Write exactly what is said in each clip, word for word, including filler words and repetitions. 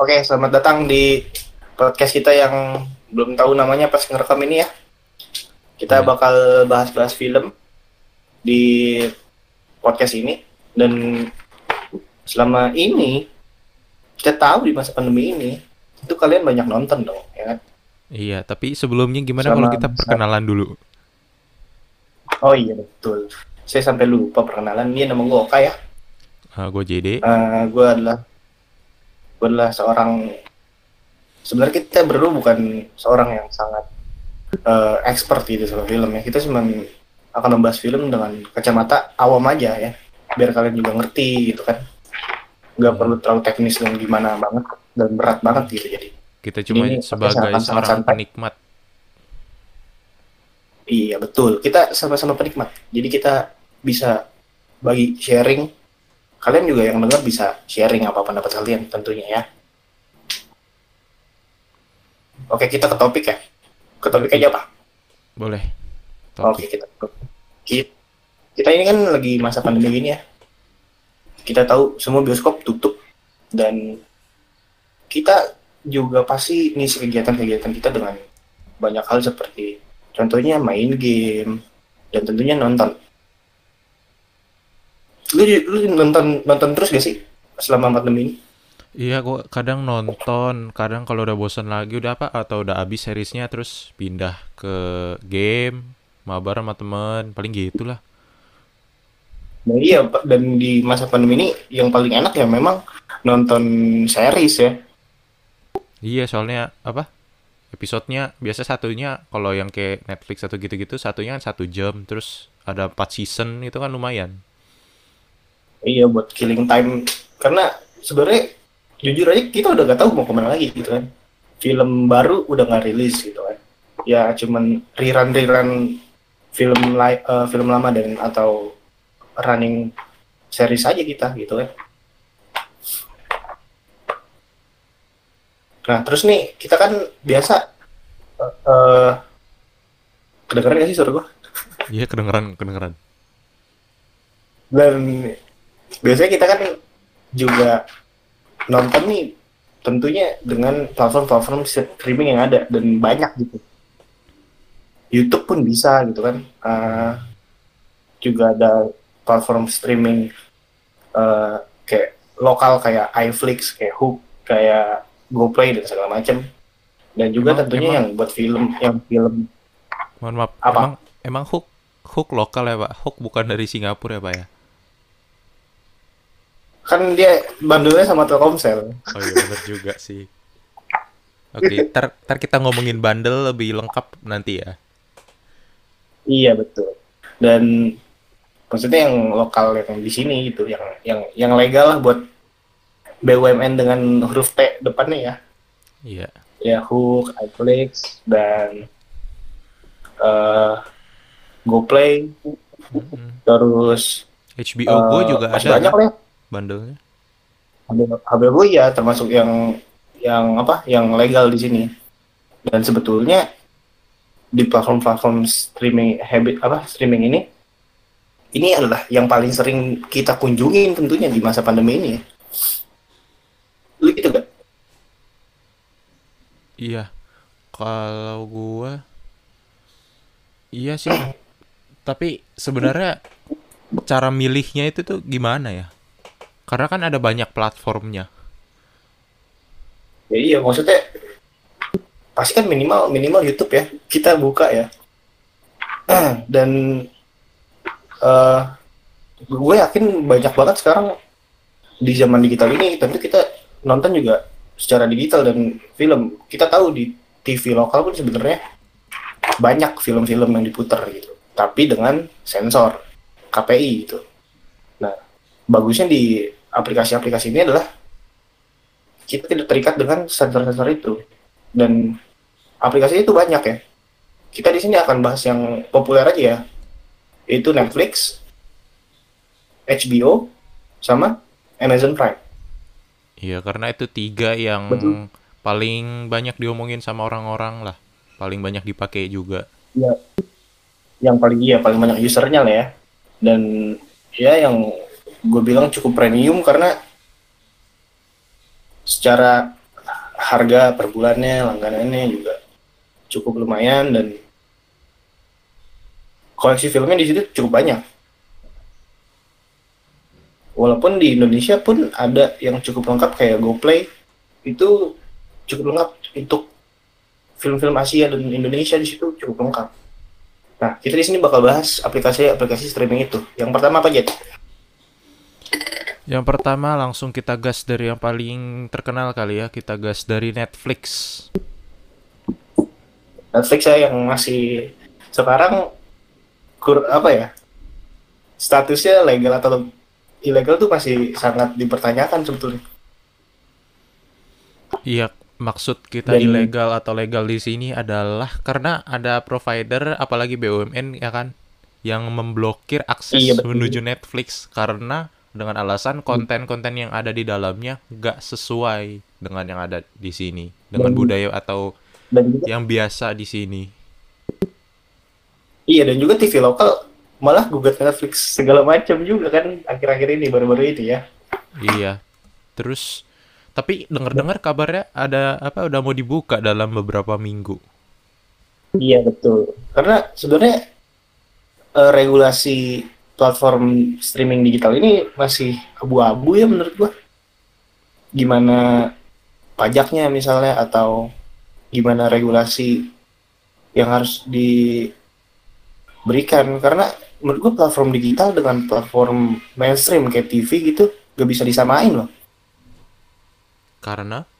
Oke, selamat datang di podcast kita yang belum tahu namanya pas ngerekam ini ya. Kita Boleh. bakal bahas-bahas film di podcast ini. Dan selama ini, kita tahu di masa pandemi ini, itu kalian banyak nonton dong, ya kan? Iya, tapi sebelumnya gimana kalau Selama kita masa... perkenalan dulu? Oh iya, betul. Saya sampai lupa perkenalan. Ini nama gue Oka ya. Uh, gue J D. Uh, gue adalah gue adalah seorang... Sebenarnya kita berdua bukan seorang yang sangat uh, expert gitu sama film ya. Kita cuma akan membahas film dengan kacamata awam aja ya, biar kalian juga ngerti gitu kan, nggak Iya. perlu terlalu teknis dan gimana banget dan berat banget gitu. Jadi Kita jadi cuma ini podcast sebagai akan sangat seorang santai. penikmat. Iya betul, kita sama-sama penikmat, jadi kita bisa bagi sharing, kalian juga yang dengar bisa sharing apa pendapat kalian tentunya ya. Oke, kita ke topik ya, ke topik Yoi. aja apa. Boleh. Oke, Topik. kita kita, kita ini kan lagi masa pandemi gini ya, kita tahu semua bioskop tutup dan kita juga pasti ngisi kegiatan-kegiatan kita dengan banyak hal seperti contohnya main game dan tentunya nonton. Lu, lu nonton nonton terus gak sih selama pandemi ini? Iya, gue kadang nonton, kadang kalau udah bosan lagi udah apa atau udah habis seriesnya terus pindah ke game, mabar sama temen, paling gitulah. Nah iya, dan di masa pandemi ini yang paling enak ya memang nonton series ya. Iya, soalnya apa? Episodenya biasa satunya kalau yang kayak Netflix atau gitu-gitu satunya kan satu jam, terus ada empat season itu kan lumayan. Iya, buat killing time, karena sebenarnya jujur aja kita udah gak tahu mau kemana lagi gitu kan. Film baru udah nggak rilis gitu kan, ya cuman rerun rerun film li- uh, film lama dan atau running series aja kita gitu kan. Nah terus nih kita kan biasa uh, uh, kedengeran gak sih suara gua? Iya, kedengeran, kedengeran. Dan biasanya kita kan juga nonton nih tentunya dengan platform-platform streaming yang ada dan banyak gitu. YouTube pun bisa gitu kan. Uh, juga ada platform streaming uh, kayak lokal kayak iFlix, kayak Hook, kayak GoPlay dan segala macam. Dan juga Emang tentunya emang yang buat film, yang film mohon maaf, emang apa? emang hook hook lokal ya Pak? Hook bukan dari Singapura ya Pak ya? Kan dia bundle sama Telkomsel. Oh iya bener juga sih. Oke, ntar, ntar kita ngomongin bundle lebih lengkap nanti ya. Iya betul. Dan maksudnya yang lokal yang di sini gitu, yang yang yang legal lah buat B U M N dengan huruf T depannya ya. Iya. Ya Hook, iFlix dan uh, GoPlay, Mm-mm. terus H B O Go uh, juga masih ada banyak kan lah ya. bundlenya? H B O ya termasuk yang yang apa yang legal di sini. Dan sebetulnya di platform-platform streaming habit apa streaming ini ini adalah yang paling sering kita kunjungin tentunya di masa pandemi ini ya. Lu gitu gak? Iya. Kalau gua iya sih. Tapi sebenarnya cara milihnya itu tuh gimana ya? Karena kan ada banyak platformnya. Ya iya maksudnya pasti kan minimal minimal YouTube ya kita buka ya. Dan uh, gue yakin banyak banget sekarang di zaman digital ini tentu kita nonton juga secara digital dan film. Kita tahu di T V lokal pun sebenarnya banyak film-film yang diputar gitu, tapi dengan sensor K P I gitu. Nah bagusnya di aplikasi-aplikasi ini adalah kita tidak terikat dengan sensor-sensor itu, dan aplikasi itu banyak ya. Kita di sini akan bahas yang populer aja ya, yaitu Netflix, H B O, sama Amazon Prime. Iya, karena itu tiga yang Betul. paling banyak diomongin sama orang-orang lah. Paling banyak dipakai juga. Ya, yang paling iya paling banyak usernya lah ya. Dan ya yang gue bilang cukup premium karena secara harga per bulannya, langganannya juga cukup lumayan, dan koleksi filmnya di situ cukup banyak. Walaupun di Indonesia pun ada yang cukup lengkap kayak GoPlay, itu cukup lengkap untuk film-film Asia dan Indonesia, di situ cukup lengkap. Nah, kita di sini bakal bahas aplikasi-aplikasi streaming itu. Yang pertama apa, Jet? Yang pertama langsung kita gas dari yang paling terkenal kali ya. Kita gas dari Netflix. Netflix ya, yang masih sekarang kur apa ya? Statusnya legal atau ilegal tuh masih sangat dipertanyakan sebetulnya. Iya, maksud kita Dan ilegal atau legal di sini adalah karena ada provider, apalagi B U M N ya kan, yang memblokir iya akses betul. menuju Netflix karena dengan alasan konten-konten yang ada di dalamnya nggak sesuai dengan yang ada di sini, dengan Dan budaya atau dan juga yang biasa di sini. iya, dan juga T V lokal malah gugat Netflix segala macam juga kan akhir-akhir ini, baru-baru ini ya. Iya. Terus tapi dengar-dengar kabarnya ada apa udah mau dibuka dalam beberapa minggu. Iya betul. Karena sebenarnya eh, regulasi platform streaming digital ini masih abu-abu ya menurut gua. Gimana pajaknya misalnya, atau gimana regulasi yang harus diberikan, karena menurut gua platform digital dengan platform mainstream kayak T V gitu gak bisa disamain loh. Karena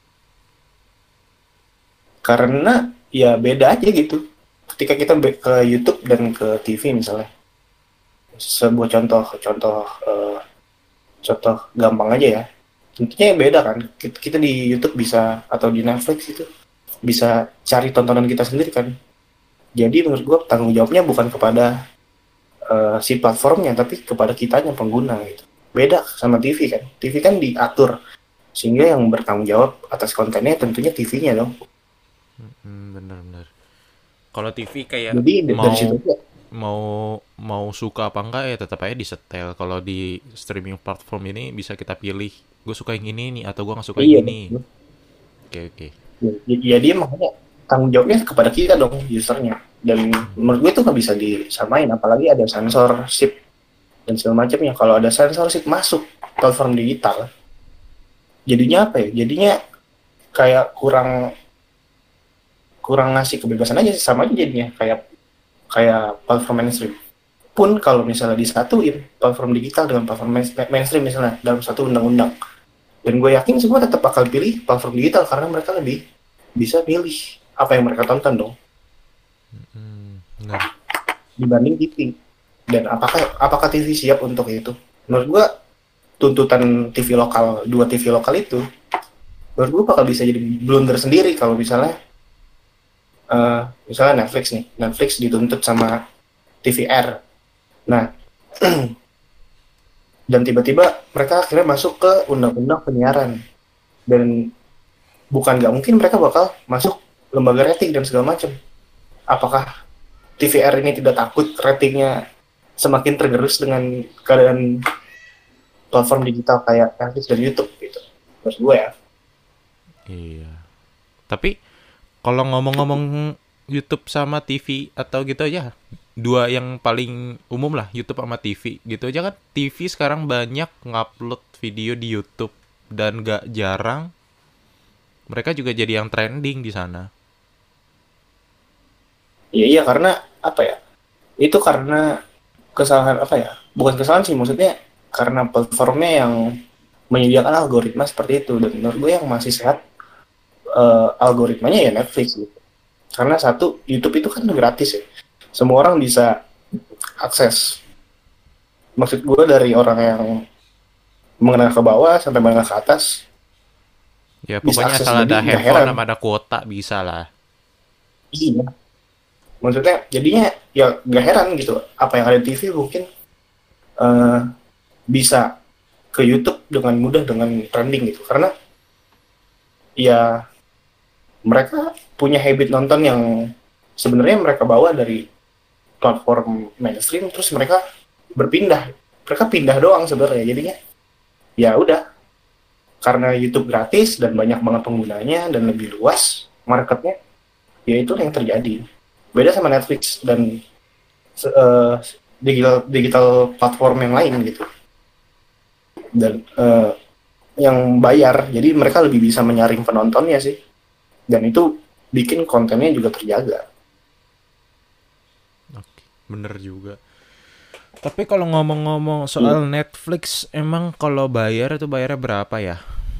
Karena ya beda aja gitu. Ketika kita be- ke YouTube dan ke T V misalnya, sebuah contoh contoh eh, contoh gampang aja ya. Tentunya beda kan. Kita, kita di YouTube bisa, atau di Netflix itu bisa cari tontonan kita sendiri kan. Jadi menurut gua tanggung jawabnya bukan kepada eh, si platformnya, tapi kepada kitanya pengguna gitu. Beda sama T V kan. T V kan diatur sehingga yang bertanggung jawab atas kontennya tentunya T V-nya dong. hmm, bener-bener. Kalau T V kayak Jadi d- dari situ mau aja. mau mau suka apa enggak ya tetap aja disetel. Kalau di streaming platform ini bisa kita pilih. Gue suka yang ini nih atau gue nggak suka Iya yang ini. betul. Oke oke. Ya, ya dia makanya tanggung jawabnya kepada kita dong, usernya. Dan menurut gue itu nggak bisa disamain, apalagi ada censorship dan segala macamnya. Kalau ada censorship masuk platform digital, jadinya apa ya? Jadinya kayak kurang kurang ngasih kebebasan aja, sama aja jadinya kayak kayak platform mainstream. Pun kalau misalnya disatuin platform digital dengan platform main- mainstream misalnya dalam satu undang-undang, dan gue yakin semua tetap bakal pilih platform digital karena mereka lebih bisa pilih apa yang mereka tonton dong Hmm, bener. dibanding T V. Dan apakah apakah T V siap untuk itu? Menurut gua tuntutan T V lokal, dua T V lokal itu, menurut gua bakal bisa jadi blunder sendiri kalau misalnya eh, misalnya Netflix nih, Netflix dituntut sama T V R. Nah, dan tiba-tiba mereka akhirnya masuk ke undang-undang penyiaran, dan bukan nggak mungkin mereka bakal masuk lembaga rating dan segala macam. Apakah T V R ini tidak takut ratingnya semakin tergerus dengan keadaan platform digital kayak Netflix dan YouTube gitu? Menurut gue ya. Iya. Tapi kalau ngomong-ngomong YouTube sama T V atau gitu aja, dua yang paling umum lah YouTube sama T V gitu aja kan. T V sekarang banyak ngupload video di YouTube dan gak jarang mereka juga jadi yang trending di sana. Iya iya, karena apa ya? Itu karena kesalahan apa ya? Bukan kesalahan sih, maksudnya karena platformnya yang menyediakan algoritma seperti itu. Dan menurut gue yang masih sehat eh, algoritmanya ya Netflix gitu. Karena satu, YouTube itu kan gratis ya. Semua orang bisa akses. Maksud gue dari orang yang menengah ke bawah sampai menengah ke atas Ya bisa pokoknya akses. asal Jadi ada nggak handphone heran. sama ada kuota bisa lah. Iya. Maksudnya jadinya ya nggak heran gitu. Apa yang ada di T V mungkin eh, bisa ke YouTube dengan mudah, dengan trending gitu. Karena ya mereka punya habit nonton yang sebenarnya mereka bawa dari platform mainstream, terus mereka berpindah. Mereka pindah doang sebenarnya. Jadinya ya udah, karena YouTube gratis dan banyak banget penggunanya dan lebih luas marketnya, ya itu yang terjadi. Beda sama Netflix dan uh, digital digital platform yang lain gitu. Dan uh, yang bayar, jadi mereka lebih bisa menyaring penontonnya sih, dan itu bikin kontennya juga terjaga. Oke, bener juga. Tapi kalau ngomong-ngomong soal Iya. Netflix, emang kalau bayar itu bayarnya berapa ya?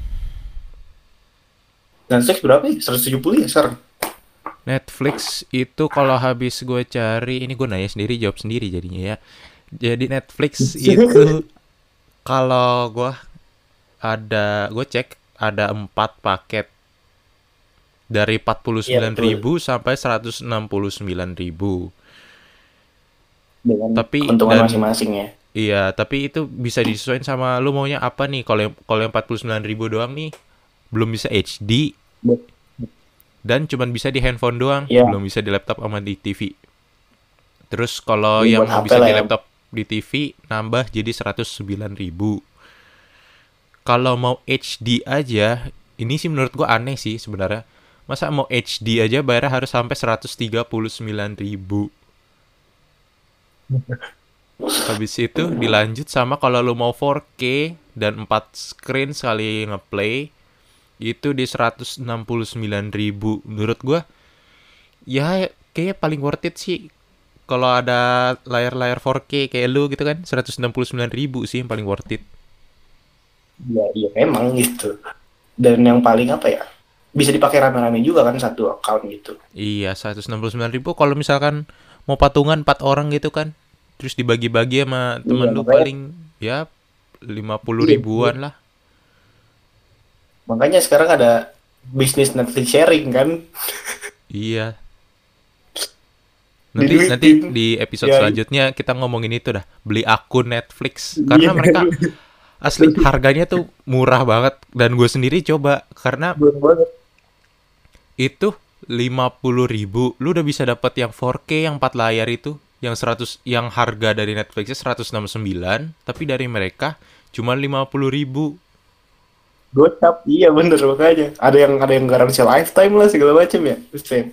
Netflix berapa ya? seratus tujuh puluh ya sekarang? Netflix itu kalau habis gue cari, ini gue nanya sendiri jawab sendiri jadinya ya. Jadi Netflix itu kalau gue ada, gue cek ada empat paket dari empat puluh Iya sembilan betul, ribu sampai seratus enam puluh sembilan ribu. dengan Tapi keuntungan dan masing-masing ya. iya, tapi itu bisa disesuaikan sama lu maunya apa nih. Kalau yang kalau yang empat puluh sembilan ribu doang nih belum bisa H D dan cuman bisa di handphone doang, Ya, belum bisa di laptop sama di T V. Terus kalau ini yang buat mau H P bisa lah di ya. laptop di T V nambah jadi seratus sembilan ribu. Kalau mau H D aja, ini sih menurut gua aneh sih sebenarnya. Masa mau H D aja bayarnya harus sampai seratus tiga puluh sembilan ribu. Habis itu dilanjut sama kalau lu mau empat K dan empat screen sekali ngeplay itu di seratus enam puluh sembilan ribu. Menurut gua ya kayaknya paling worth it sih kalau ada layar-layar empat K kayak lu gitu kan, seratus enam puluh sembilan ribu sih yang paling worth it. Ya, ya memang gitu. Dan yang paling apa ya? Bisa dipakai rame-rame juga kan satu account gitu. Iya, seratus enam puluh sembilan ribu kalau misalkan mau patungan empat orang gitu kan. Terus dibagi-bagi sama Iya, temen lu makanya paling ya lima puluh iya, ribuan lah. makanya sekarang ada bisnis Netflix sharing kan, Iya. Nanti nanti diduitin. di episode Ya, selanjutnya kita ngomongin itu dah, beli akun Netflix. iya. Karena mereka asli harganya tuh murah banget dan gue sendiri coba karena Belum banget. itu lima puluh ribu lu udah bisa dapat yang empat K yang empat layar itu yang seratus yang harga dari Netflixnya seratus enam puluh sembilan tapi dari mereka cuma lima puluh ribu. Gocap, iya bener makanya. Ada yang ada yang garansi lifetime lah segala macam ya. Buset.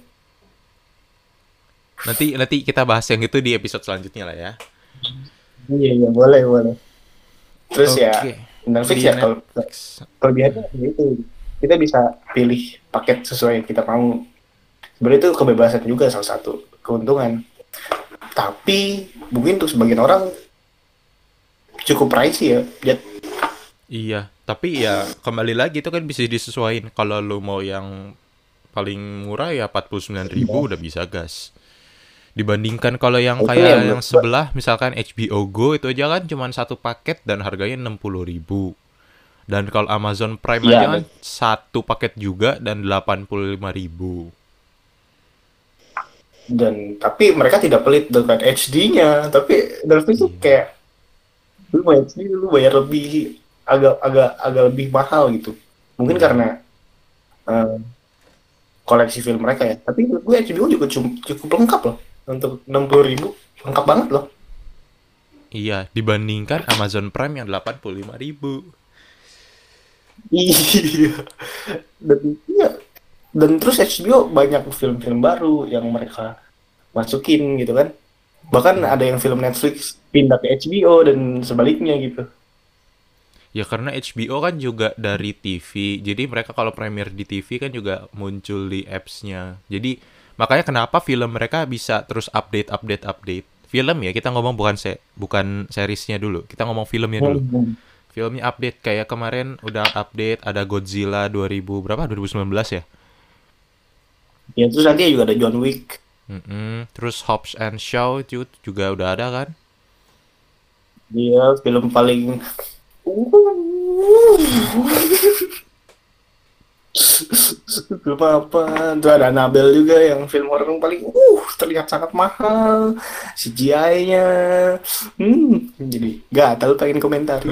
Nanti nanti kita bahas yang itu di episode selanjutnya lah ya. Iya iya boleh boleh. Terus ya Oke, Netflix di ya kalau Netflix. kelebihannya ya itu kita bisa pilih paket sesuai yang kita mau. Sebenarnya itu kebebasan juga salah satu keuntungan. Tapi mungkin untuk sebagian orang cukup pricey ya. Jat. Iya, tapi ya kembali lagi itu kan bisa disesuaikan. Kalau lu mau yang paling murah ya empat puluh sembilan ribu udah bisa gas. Dibandingkan kalau yang Itu ya kayak yang menurut gua. sebelah misalkan H B O Go itu aja kan cuma satu paket dan harganya enam puluh ribu. Dan kalau Amazon Prime Iya, aja kan dan, satu paket juga dan delapan puluh lima ribu. dan tapi mereka tidak pelit dengan H D-nya. Tapi Netflix tuh Iya. kayak lu mau H D lu bayar lebih agak agak agak lebih mahal gitu. Mungkin Iya. karena eh, koleksi film mereka ya. Tapi menurut gue H B O juga cukup, cukup lengkap loh untuk enam puluh ribu, lengkap banget loh. Iya, dibandingkan Amazon Prime yang delapan puluh lima ribu. Iya. Dan iya, dan terus H B O banyak film-film baru yang mereka masukin gitu kan. Bahkan Mm. ada yang film Netflix pindah ke H B O dan sebaliknya gitu. Ya karena H B O kan juga dari T V, jadi mereka kalau premier di T V kan juga muncul di apps-nya. Jadi makanya kenapa film mereka bisa terus update, update, update. Film ya kita ngomong bukan se bukan seriesnya dulu, kita ngomong filmnya dulu. Hmm. Filmnya update kayak kemarin udah update ada Godzilla dua ribu berapa? dua ribu sembilan belas ya. Ya terus nanti juga ada John Wick. Mm-mm. Terus Hobbs and Shaw itu juga udah ada kan? Dia film paling film apa? Terus ada Annabelle juga yang film horor yang paling uh terlihat sangat mahal. C G I-nya. Hmm, jadi gatal pengen komentari.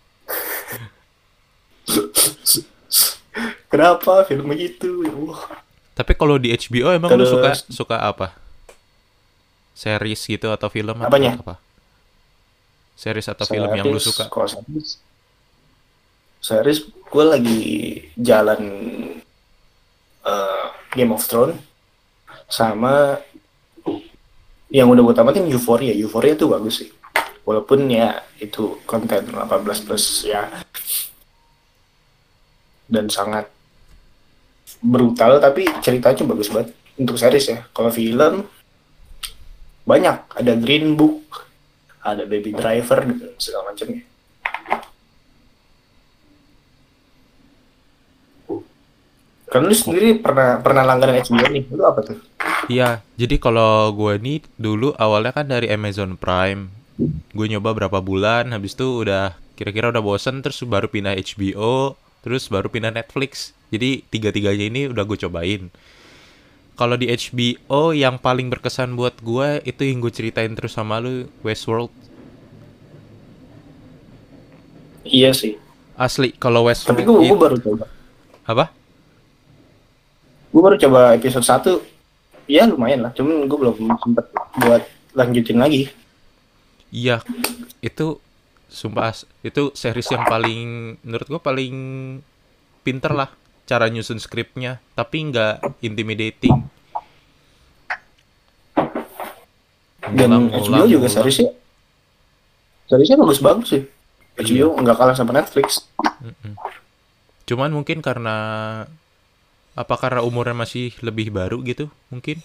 Kenapa film begitu? Wah. Tapi kalau di H B O emang lu suka Terus suka apa? Series gitu atau film atau apanya? apa? Series atau film yang lu Series, suka? kalau series, Series gue lagi jalan eh, Game of Thrones sama yang udah gue tamatin Euphoria. Euphoria tuh bagus sih. Walaupun ya itu konten delapan belas plus ya dan sangat brutal, tapi ceritanya bagus banget untuk series ya. Kalau film banyak, ada Green Book, ada Baby Driver gitu, segala macamnya. Kan lu sendiri pernah pernah langganan H B O nih, lu apa tuh? Iya, jadi kalau gue nih dulu awalnya kan dari Amazon Prime. Gue nyoba berapa bulan, habis itu udah kira-kira udah bosen, terus baru pindah H B O, terus baru pindah Netflix. Jadi tiga-tiganya ini udah gue cobain. Kalau di H B O yang paling berkesan buat gue itu yang gue ceritain terus sama lu, Westworld. Iya sih. Asli, kalau Tapi Westworld gue gue itu baru coba. apa? Gue baru coba episode satu. Ya lumayan lah, cuman gue belum sempet buat lanjutin lagi. Iya, itu sumpah as- itu series yang paling menurut gue paling pinter lah cara nyusun skripnya, tapi nggak intimidating. Dan H B O Ngulang-ngulang, juga ngulang. seriesnya, seriesnya bagus-bagus sih. Iya. H B O nggak kalah sama Netflix. Mm-mm. Cuman mungkin karena apa karena umurnya masih lebih baru gitu, mungkin.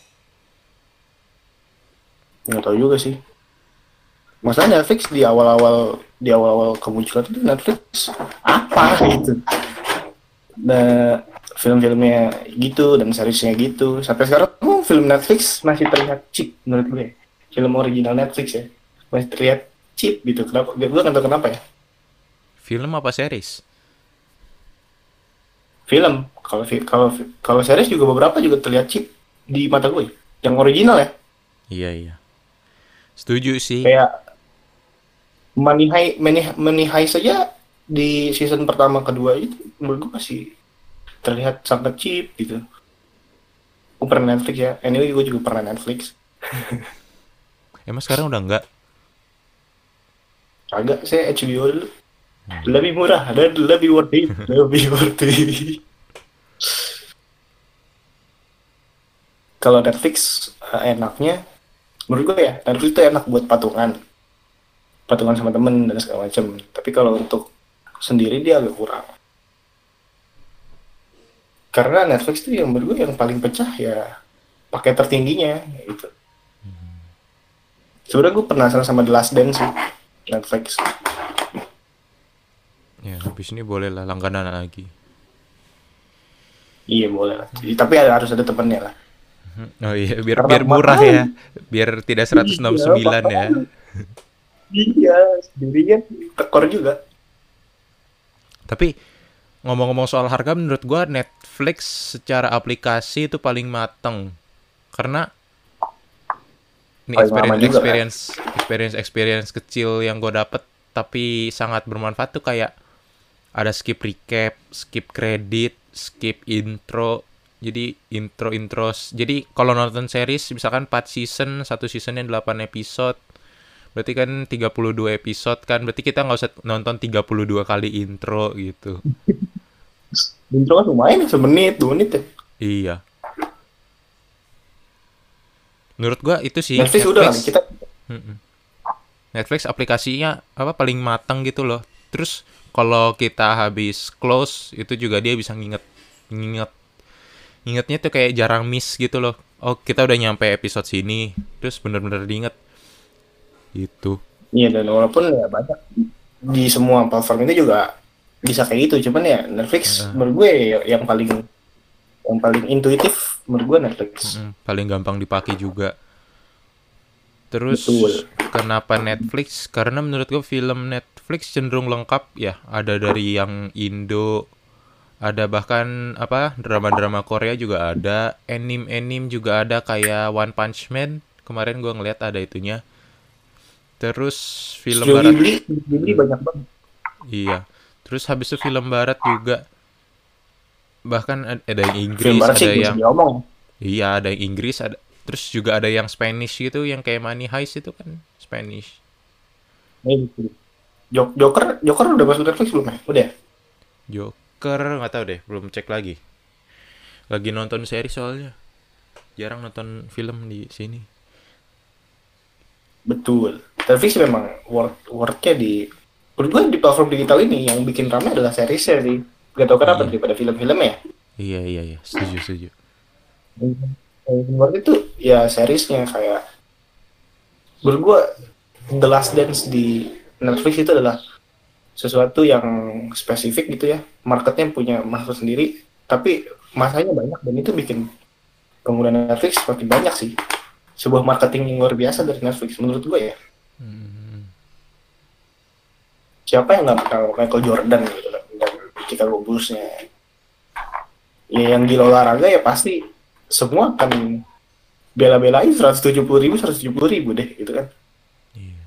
Nggak tahu juga sih. Masalah Netflix di awal-awal di awal-awal kemunculan itu Netflix apa gitu. Nah, film-filmnya gitu dan seriesnya gitu. Sampai sekarang oh, film Netflix masih terlihat cheap menurut gue. Film original Netflix ya masih terlihat cheap gitu. Kenapa? Gue nggak tahu kenapa ya. Film apa series? Film kalau kalau kalau series juga beberapa juga terlihat cheap di mata gue. Yang original ya. Iya, iya. Setuju sih. Kayak Money High, Money, Money High saja di season pertama kedua itu menurut gue masih terlihat sangat cheap gitu. Gue pernah Netflix ya. Anyway, gue juga pernah Netflix. Emang sekarang udah enggak? Agak saya H B O dulu. Lebih murah dan lebih worth it. Lebih worth it. Kalau Netflix eh, enaknya, menurut gue ya, Netflix itu enak buat patungan. Patungan sama temen dan segala macam. Tapi kalau untuk sendiri dia agak kurang. Karena Netflix itu yang menurut gue yang paling pecah ya pakai tertingginya gitu. Sebenarnya gue penasaran sama The Last Dance sih Netflix. Ya, habis ini boleh lah langganan lagi. Iya boleh lah. Jadi, tapi ada, harus ada temennya lah. Oh iya, biar Karena biar murah mahal. ya. Biar tidak seratus enam puluh Iya, sembilan ya. mahal. Iya, sendirian tekor juga. Tapi ngomong-ngomong soal harga, menurut gua Netflix secara aplikasi itu paling mateng. Karena ini Paling lama experience juga kan. experience experience experience kecil yang gue dapet tapi sangat bermanfaat tuh kayak ada skip recap, skip kredit, skip intro. Jadi intro intros. Jadi kalau nonton series misalkan empat season, satu seasonnya delapan episode. Berarti kan tiga puluh dua episode kan. Berarti kita nggak usah nonton tiga puluh dua kali intro gitu. Intro kan lumayan semenit, dua menit ya. Iya. Menurut gua itu sih Netflix udah kan Netflix. kita. Mm-mm. Netflix aplikasinya apa paling matang gitu loh. Terus kalau kita habis close itu juga dia bisa nginget nginget ngingetnya tuh kayak jarang miss gitu loh. Oh, kita udah nyampe episode sini. Terus bener-bener diinget gitu. Iya dan walaupun ya banyak di semua platform itu juga bisa kayak gitu. Cuman ya Netflix Heeh. menurut gue ya, yang paling yang paling intuitif menurut gue Netflix. Mm-mm. Paling gampang dipakai juga. Terus Betul. kenapa Netflix? Karena menurut gue film Netflix cenderung lengkap ya. Ada dari yang Indo, ada bahkan apa drama-drama Korea juga ada, anime-anime juga ada kayak One Punch Man. Kemarin gue ngeliat ada itunya. Terus film Studio barat, Ghibli, Ghibli hmm, banyak banget. iya. Terus habis itu film barat juga. Bahkan ad- ada yang Film Inggris, barat sih ada gak usah yang diomong. iya, ada yang Inggris, ada terus juga ada yang Spanish gitu, yang kayak Money Heist itu kan Spanish. Nih, gitu. Jok- Joker, Joker udah masuk Netflix belum ya? Udah. Joker nggak tahu deh, belum cek lagi. Lagi nonton seri soalnya. Jarang nonton film di sini. Betul. Netflix memang worth worthnya di menurut gue di platform digital ini yang bikin ramai adalah series-nya sih. Gak tau kenapa Iya. daripada film-filmnya. Iya, iya, iya. Setuju, setuju. Yang worth itu ya seriesnya kayak menurut gue The Last Dance di Netflix itu adalah sesuatu yang spesifik gitu ya. Marketnya punya market sendiri, tapi masanya banyak dan itu bikin pengguna Netflix semakin banyak sih. Sebuah marketing yang luar biasa dari Netflix menurut gue ya. Hmm. Siapa yang nggak kenal Michael Jordan gitu kan dan Chicago Bulls-nya. Ya yang gila olahraga ya pasti semua akan bela-belain seratus tujuh puluh ribu, seratus tujuh puluh ribu deh gitu kan. Iya.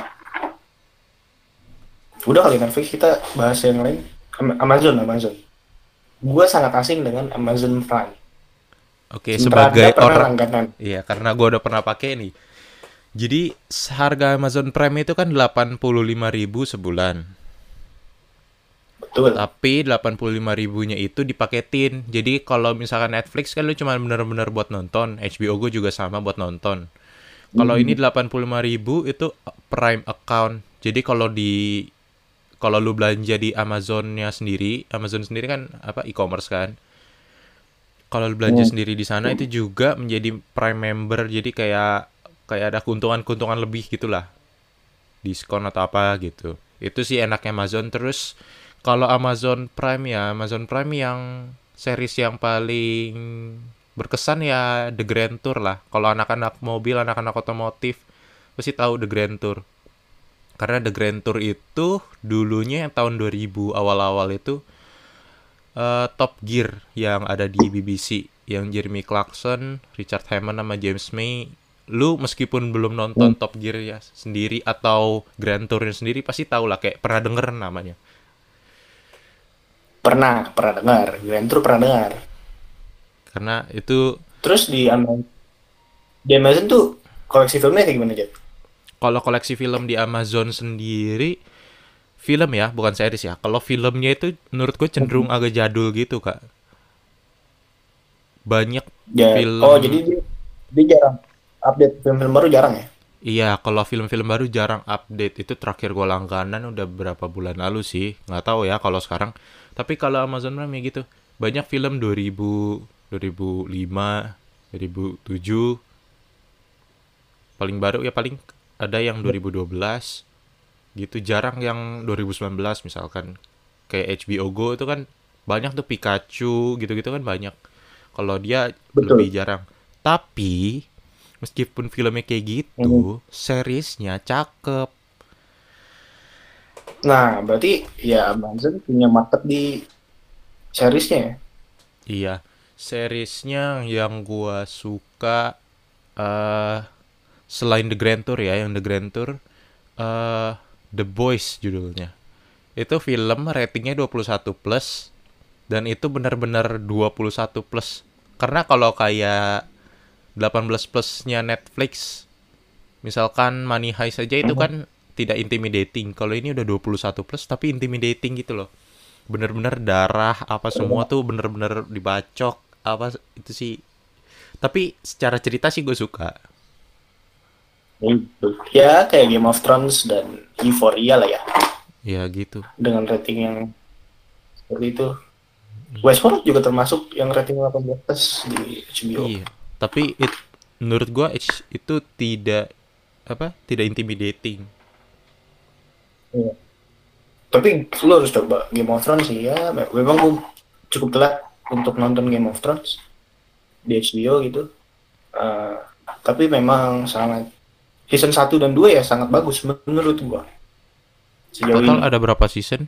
Udah kali Netflix kita bahas yang lain. Amazon, Amazon. Gue sangat asing dengan Amazon Prime. Oke, Sementara Anda sebagai pernah orang, langganan. iya, karena gue udah pernah pakai nih. Jadi harga Amazon Prime itu kan delapan puluh lima ribu sebulan. Betul. Tapi delapan puluh lima ribunya itu dipaketin. Jadi kalau misalkan Netflix kan lu cuma bener-bener buat nonton. H B O Go juga sama buat nonton. Kalau ini Hmm. delapan puluh lima ribu itu Prime account. Jadi kalau di kalau lu belanja di Amazonnya sendiri, Amazon sendiri kan apa e-commerce kan. Kalau lu belanja Hmm. sendiri di sana itu juga menjadi Prime member. Jadi kayak kayak ada keuntungan-keuntungan lebih gitulah. Diskon atau apa gitu. Itu sih enaknya Amazon. Terus kalau Amazon Prime ya, Amazon Prime yang series yang paling berkesan ya The Grand Tour lah. Kalau anak-anak mobil, anak-anak otomotif pasti tahu The Grand Tour. Karena The Grand Tour itu dulunya yang tahun dua ribu awal-awal itu eh, Top Gear yang ada di B B C, yang Jeremy Clarkson, Richard Hammond sama James May. Lu meskipun belum nonton Hmm. Top Gear ya sendiri atau Grand Tournya sendiri pasti tahu lah, kayak pernah denger namanya. Pernah, pernah dengar. Grand Tour pernah dengar. Karena itu Terus di Amazon, di Amazon tuh koleksi filmnya kayak gimana, Jet? kalau koleksi film di Amazon sendiri, film ya, bukan series ya. Kalau filmnya itu menurut gue cenderung agak jadul gitu, Kak. Banyak Ya, oh jadi film. dia, dia jarang update film-film baru jarang ya? Iya, kalau film-film baru jarang update. Itu terakhir gue langganan udah berapa bulan lalu sih. Nggak tahu ya kalau sekarang. Tapi kalau Amazon Prime ya gitu. Banyak film dua ribu, dua ribu lima, dua ribu tujuh. Paling baru ya paling ada yang dua ribu dua belas. Gitu, jarang yang dua ribu sembilan belas misalkan. Kayak H B O Go itu kan banyak tuh Pikachu gitu-gitu kan banyak. Kalau dia lebih Betul. jarang. Tapi meskipun filmnya kayak Hmm. gitu, seriesnya cakep. Nah, berarti ya Amazon punya market di seriesnya ya? Iya, seriesnya yang gua suka eh selain The Grand Tour ya, yang The Grand Tour eh The Boys judulnya. Itu film ratingnya dua puluh satu plus dan itu benar-benar dua puluh satu plus. Karena kalau kayak delapan belas plusnya Netflix, misalkan Money Heist saja itu Mhm. kan tidak intimidating. Kalau ini udah dua puluh satu plus tapi intimidating gitu loh. Bener-bener darah apa semua tuh bener-bener dibacok apa itu sih. Tapi secara cerita sih gue suka. Itu. Ya kayak Game of Thrones dan Euphoria lah ya, Ya gitu. dengan rating yang seperti itu. Westworld juga termasuk yang rating delapan belas plus di H B O. Iya. Tapi it, menurut gue itu tidak apa tidak intimidating. Iya. Tapi lu harus coba Game of Thrones sih ya. Memang gue cukup telat untuk nonton Game of Thrones di H B O gitu. Uh, tapi memang sangat season satu dan dua ya sangat bagus menurut gua sejauh Total ini. ada berapa season?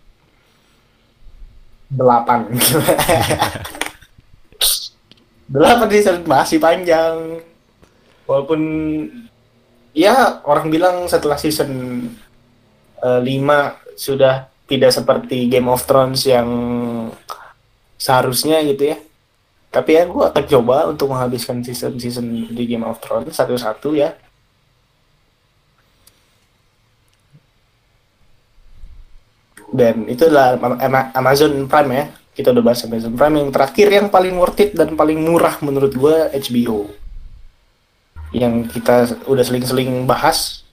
Delapan. Delapan season masih panjang. Walaupun ya orang bilang setelah season uh, lima sudah tidak seperti Game of Thrones yang seharusnya gitu ya. Tapi ya gue akan coba untuk menghabiskan season-season di Game of Thrones satu-satu ya. Dan itu adalah Ama- Ama- Amazon Prime ya. Kita udah bahas Amazon Prime. Yang terakhir yang paling worth it dan paling murah menurut gue H B O. Yang kita udah seling-seling bahas.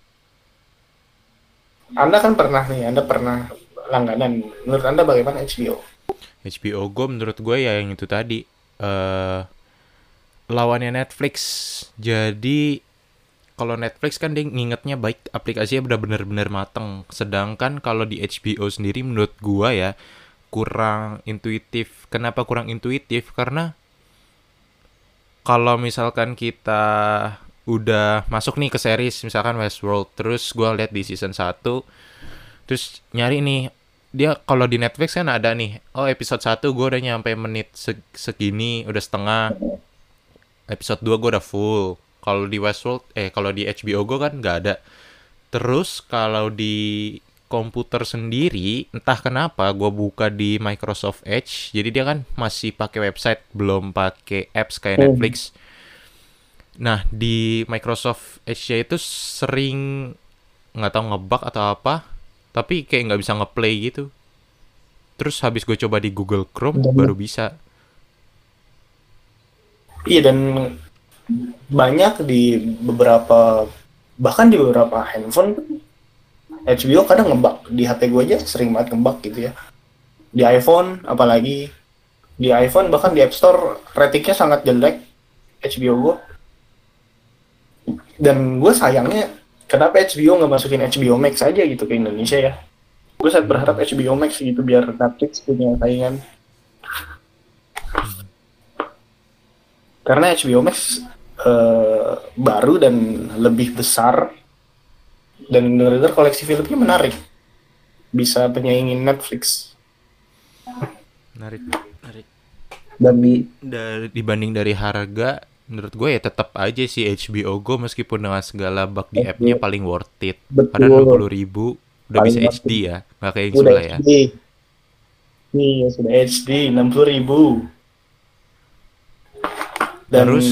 Anda kan pernah nih, Anda pernah langganan. Menurut Anda bagaimana H B O? H B O Go menurut gue ya yang itu tadi. eh lawannya Netflix. Jadi kalau Netflix kan dia ngingetnya baik, aplikasinya udah bener-bener mateng. Sedangkan kalau di H B O sendiri menurut gua ya kurang intuitif. Kenapa kurang intuitif? Karena kalau misalkan kita udah masuk nih ke series misalkan Westworld, terus gua lihat di season satu, terus nyari nih dia kalau di Netflix kan ada nih, oh episode satu gue udah nyampe menit se- segini, udah setengah. Episode dua gue udah full. Kalau di Westworld, eh kalau di H B O Go kan nggak ada. Terus kalau di komputer sendiri, entah kenapa gue buka di Microsoft Edge, jadi dia kan masih pakai website, belum pakai apps kayak Hmm. Netflix. Nah di Microsoft Edge itu sering nggak tahu ngebug atau apa, tapi kayak nggak bisa ngeplay gitu. Terus habis gue coba di Google Chrome baru Dan, bisa. iya dan banyak di beberapa bahkan di beberapa handphone H B O kadang ngebug. Di H P gue aja sering banget ngebug gitu ya. Di iPhone apalagi di iPhone bahkan di App Store ratingnya sangat jelek H B O gue. Dan gue sayangnya kenapa H B O nggak masukin H B O Max aja gitu ke Indonesia ya. Gue sangat berharap Hmm. H B O Max gitu biar Netflix punya saingan. Karena H B O Max eh, baru dan lebih besar dan benar-benar koleksi filmnya menarik. Bisa penyaingin Netflix. Menarik, menarik. Dan di Dari, dibanding dari harga, menurut gue ya tetap aja sih H B O Go meskipun dengan segala bug di app-nya H B O paling worth it. Padahal enam puluh betul ribu udah paling bisa worth it. H D ya, nggak kayak yang Udah sebelah ya. H D. Nih sudah H D enam puluh ribu. Dan Terus,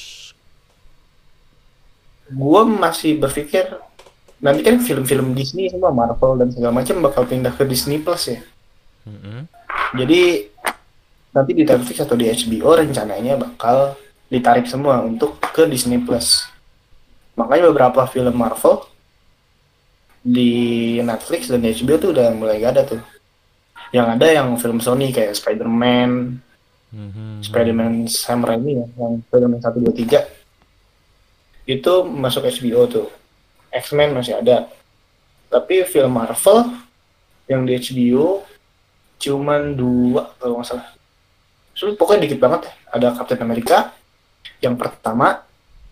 gue masih berpikir nanti kan film-film Disney semua Marvel dan segala macam bakal pindah ke Disney Plus ya. mm-mm, Jadi nanti di Netflix atau di H B O rencananya bakal ditarik semua untuk ke Disney Plus. Makanya beberapa film Marvel di Netflix dan H B O tuh udah mulai gak ada tuh. Yang ada yang film Sony kayak Spider-Man, mhm, Spider-Man Sam Raimi ya, yang Spider-Man satu dua tiga itu masuk H B O tuh. X-Men masih ada. Tapi film Marvel yang di H B O cuman dua kalau nggak salah. So, pokoknya dikit banget ya. Ada Captain America yang pertama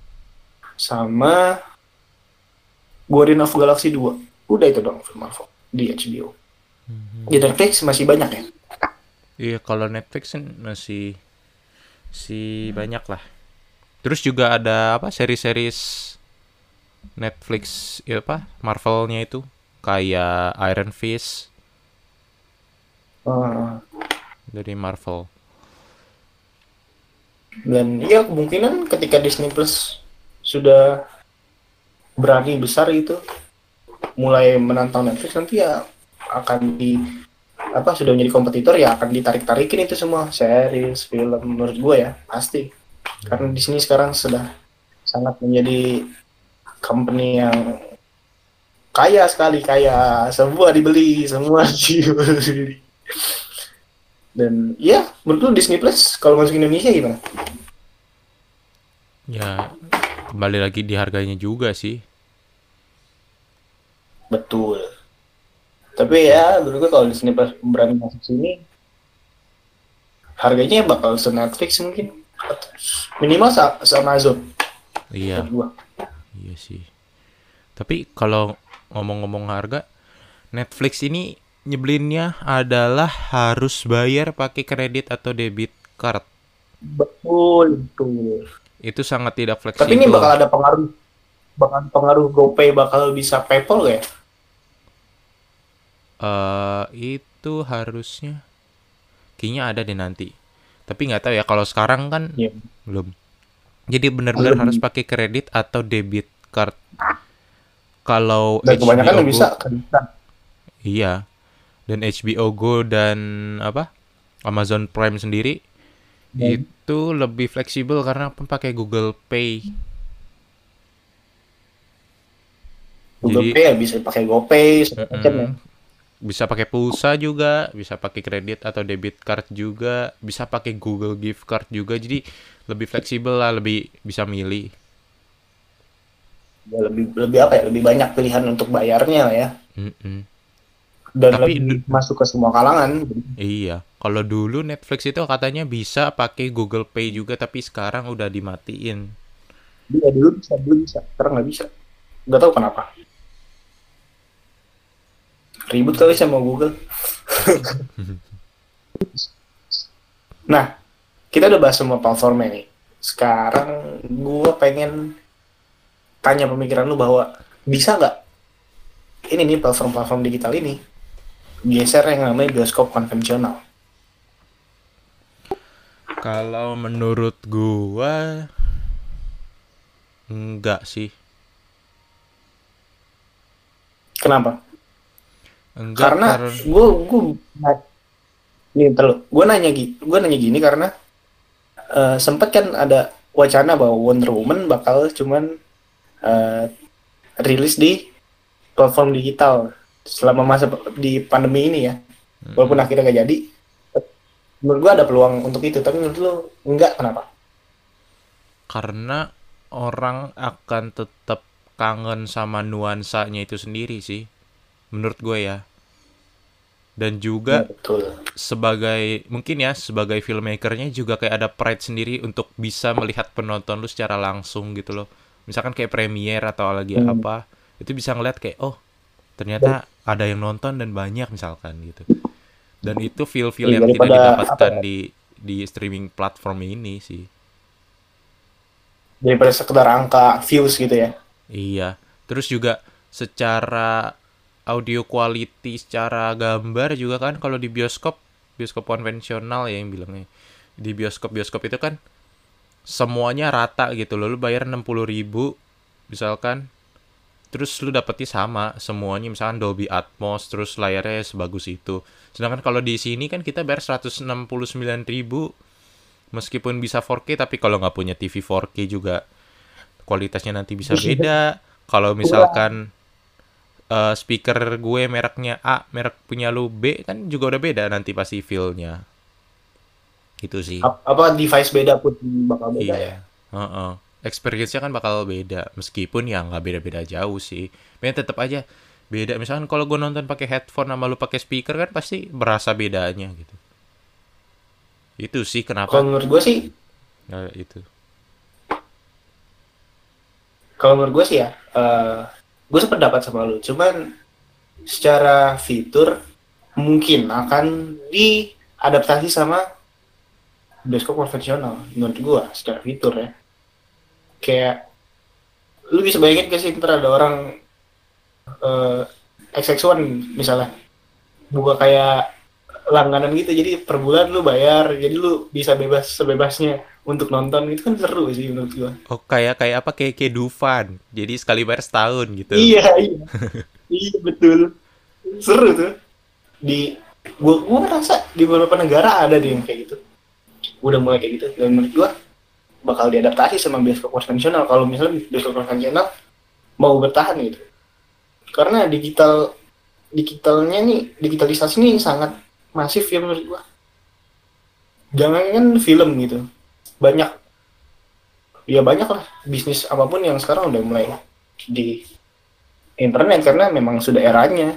sama Guardian of Galaxy dua. Udah itu dong film Marvel di H B O. mhm. Di Netflix masih banyak ya. Iya kalau Netflix kan masih si banyak lah. Terus juga ada apa seri-series Netflix ya apa Marvelnya itu kayak Iron Fist Uh, dari Marvel. dan iya kemungkinan ketika Disney Plus sudah berani besar itu mulai menantang Netflix nanti ya akan di apa sudah menjadi kompetitor ya akan ditarik-tarikin itu semua series film menurut gue ya pasti karena Disney sekarang sudah sangat menjadi company yang kaya sekali kaya semua dibeli semua dibeli dan ya menurut lu Disney Plus kalau masuk Indonesia gimana? Ya kembali lagi di harganya juga sih. Betul tapi ya menurut gue kalau Disney Plus berani masuk sini harganya bakal se Netflix mungkin minimal se, se Amazon menurut Iya, gua. iya sih. Tapi kalau ngomong-ngomong harga, Netflix ini nyebelinnya adalah harus bayar pakai kredit atau debit card. Betul betul. Itu sangat tidak Tapi ini fleksibel. bakal ada pengaruh bakal pengaruh GoPay bakal bisa PayPal gak ya? Eh itu harusnya kayaknya ada deh nanti. Tapi nggak tahu ya kalau sekarang kan Iya. belum. Jadi benar-benar harus Belum. pakai kredit atau debit card. Kalau Dan kebanyakan H B O yang Go, bisa kreditan. iya. Dan H B O Go dan apa Amazon Prime sendiri Dan itu lebih fleksibel karena pun pakai Google Pay. Google Jadi Pay ya bisa pakai GoPay segala macam ya. mm-mm, bisa pakai pulsa juga, bisa pakai kredit atau debit card juga, bisa pakai Google Gift Card juga. Jadi lebih fleksibel lah, lebih bisa milih. Ya, lebih lebih apa ya, lebih banyak pilihan untuk bayarnya lah ya, Mm-mm. dan Tapi lebih du- masuk ke semua kalangan. iya, kalau dulu Netflix itu katanya bisa pakai Google Pay juga, tapi sekarang udah dimatiin. Dia dulu bisa, dulu bisa, sekarang nggak bisa, nggak tahu kenapa, ribut kali sama Google. Nah, kita udah bahas semua platformnya nih. Sekarang gue pengen tanya pemikiran lu bahwa bisa nggak ini nih platform-platform digital ini geser yang namanya bioskop konvensional. Kalau menurut gua enggak sih. Kenapa? Enggak Karena karena gue gue nih terus gue nanya gini, gue nanya gini karena uh, sempet kan ada wacana bahwa Wonder Woman bakal cuman uh, rilis di platform digital selama masa di pandemi ini ya. Walaupun akhirnya gak jadi, menurut gue ada peluang untuk itu. Tapi menurut lu enggak, kenapa? karena orang akan tetap kangen sama nuansanya itu sendiri sih. Menurut gue ya. Dan Ya juga betul. sebagai mungkin ya sebagai filmmakernya juga kayak ada pride sendiri untuk bisa melihat penonton lu secara langsung gitu loh. Misalkan kayak premiere atau lagi Hmm. apa, itu bisa ngeliat kayak oh Dan, ternyata ada yang nonton dan banyak misalkan gitu. Dan itu feel-feel ya, yang tidak daripada apa didapatkan ya, di di streaming platform ini sih. daripada sekedar angka views gitu ya. Iya. Terus juga secara audio quality, secara gambar juga kan kalau di bioskop, bioskop konvensional ya yang bilangnya. Di bioskop-bioskop itu kan semuanya rata gitu loh. Lu bayar enam puluh ribu misalkan. Terus lu dapetnya sama semuanya misalkan Dolby Atmos terus layarnya sebagus itu. Sedangkan kalau di sini kan kita bayar seratus enam puluh sembilan ribu meskipun bisa empat K tapi kalau nggak punya T V empat K juga kualitasnya nanti bisa beda. Kalau Kurang. misalkan eh, speaker gue mereknya A, merek punya lu B kan juga udah beda nanti pasti feel-nya. Gitu sih. Apa device beda pun bakal beda Iya. ya. Heeh. Experience-nya kan bakal beda meskipun ya nggak beda-beda jauh sih. Men tetap aja beda. Misalkan kalau gue nonton pakai headphone sama lu pakai speaker kan pasti berasa bedanya gitu. Itu sih Kalau kenapa. menurut gue sih, Ya, itu. kalau menurut gue sih ya, uh, gue sependapat sama lu. Cuman secara fitur mungkin akan diadaptasi sama bioskop konvensional. Menurut gue secara fitur ya. Kayak lu bisa bayangin gak sih ntar ada orang uh, X X satu misalnya buka kayak langganan gitu, jadi per bulan lu bayar, jadi lu bisa bebas sebebasnya untuk nonton. Itu kan seru sih menurut gua. Oh kayak kayak apa kayak kayak Dufan. Jadi sekali bayar setahun gitu. Iya, iya, iya betul, seru tuh. Di gua gua ngerasa di beberapa negara ada deh yang kayak gitu, udah mulai kayak gitu. Dan menurut gua bakal diadaptasi sama bioskop konvensional kalau misalnya bioskop konvensional mau bertahan gitu, karena digital digitalnya nih, digitalisasi ini sangat masif ya menurut gua. Jangan kan film gitu, banyak, ya banyak lah bisnis apapun yang sekarang udah mulai di internet karena memang sudah eranya.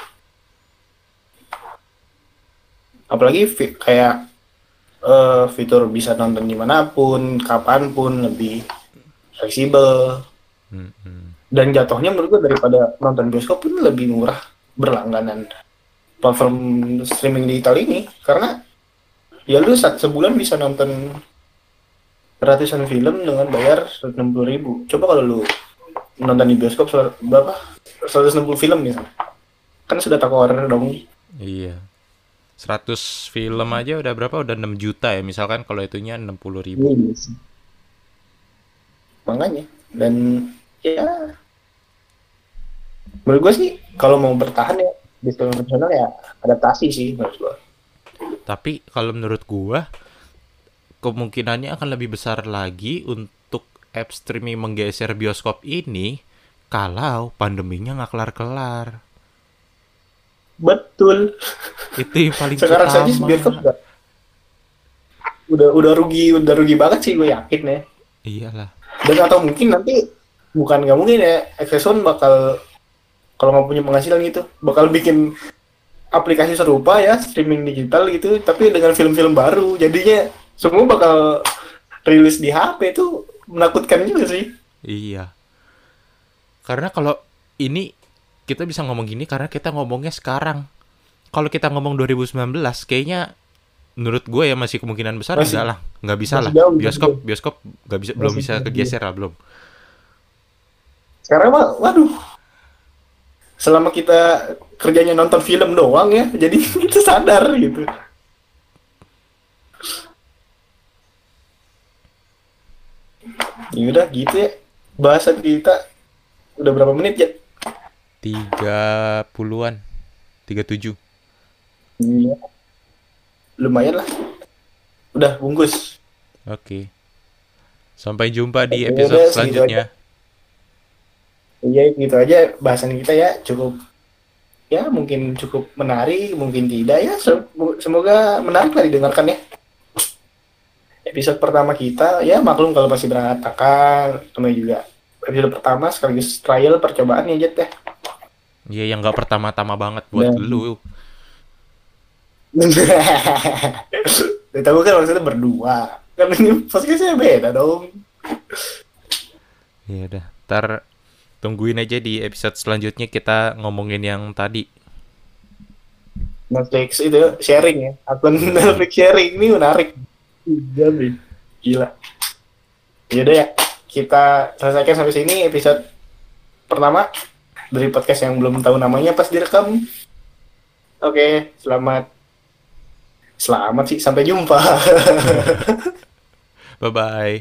Apalagi fi- kayak uh, fitur bisa nonton dimanapun kapanpun, lebih fleksibel, Mm-mm. dan jatuhnya menurut gue daripada nonton bioskop pun lebih murah berlangganan platform streaming digital ini, karena ya lu sebulan bisa nonton ratusan film dengan bayar seratus enam puluh ribu. Coba kalau lu nonton di bioskop berapa, seratus enam puluh film misalnya, kan sudah tak order dong. Iya. Seratus film aja udah berapa? Udah enam juta ya. Misalkan kalau itunya enam puluh ribu. Yes. Makanya, dan ya menurut gue sih kalau mau bertahan ya di konvensional ya adaptasi sih menurut gua. Tapi kalau menurut gua kemungkinannya akan lebih besar lagi untuk app streaming menggeser bioskop ini kalau pandeminya nggak kelar-kelar. Betul. Itu yang paling Sekarang saja utama. bioskop udah udah udah rugi, udah rugi banget sih gue yakin ya. Iyalah. Dan atau mungkin nanti, bukan nggak mungkin ya, Exxon bakal, kalau nggak punya penghasilan gitu, bakal bikin aplikasi serupa ya, streaming digital gitu, tapi dengan film-film baru. Jadinya semua bakal rilis di H P. Itu menakutkan juga sih. Iya. Karena kalau ini kita bisa ngomong gini karena kita ngomongnya sekarang. Kalau kita ngomong dua ribu sembilan belas kayaknya menurut gue ya masih kemungkinan besar Masih enggak lah, nggak bisa masih lah. jauh, masih Bioskop jauh. bioskop nggak bisa, belum Masih bisa jauh. kegeser lah belum. Sekarang mah, waduh, selama kita kerjanya nonton film doang ya, jadi kita sadar gitu. Ya udah gitu ya. Bahasan kita udah berapa menit ya? Tiga puluhan, tiga puluh tujuh. Iya, lumayan lah. Udah bungkus. Oke. Sampai jumpa di Oke, episode udah segitu aja. selanjutnya. Iya, gitu aja bahasan kita ya. Cukup, ya mungkin cukup menarik, mungkin tidak ya. Sem- Semoga menarik lah didengarkan ya. Episode pertama kita, ya maklum kalau masih berantakan. Namanya juga episode pertama sekaligus trial percobaan ya, Jet ya. Iya, yang nggak pertama-tama banget buat Dan lu. tahu kan maksudnya berdua. Kan ini podcastnya beda dong. Ya udah, ntar tungguin aja di episode selanjutnya kita ngomongin yang tadi. Netflix itu sharing ya. Akun Netflix sharing ini menarik. Iya, Bi. Gila. Yaudah ya, kita selesaikan sampai sini episode pertama dari podcast yang belum tahu namanya pas direkam. Oke, selamat. Selamat sih, sampai jumpa. Bye bye.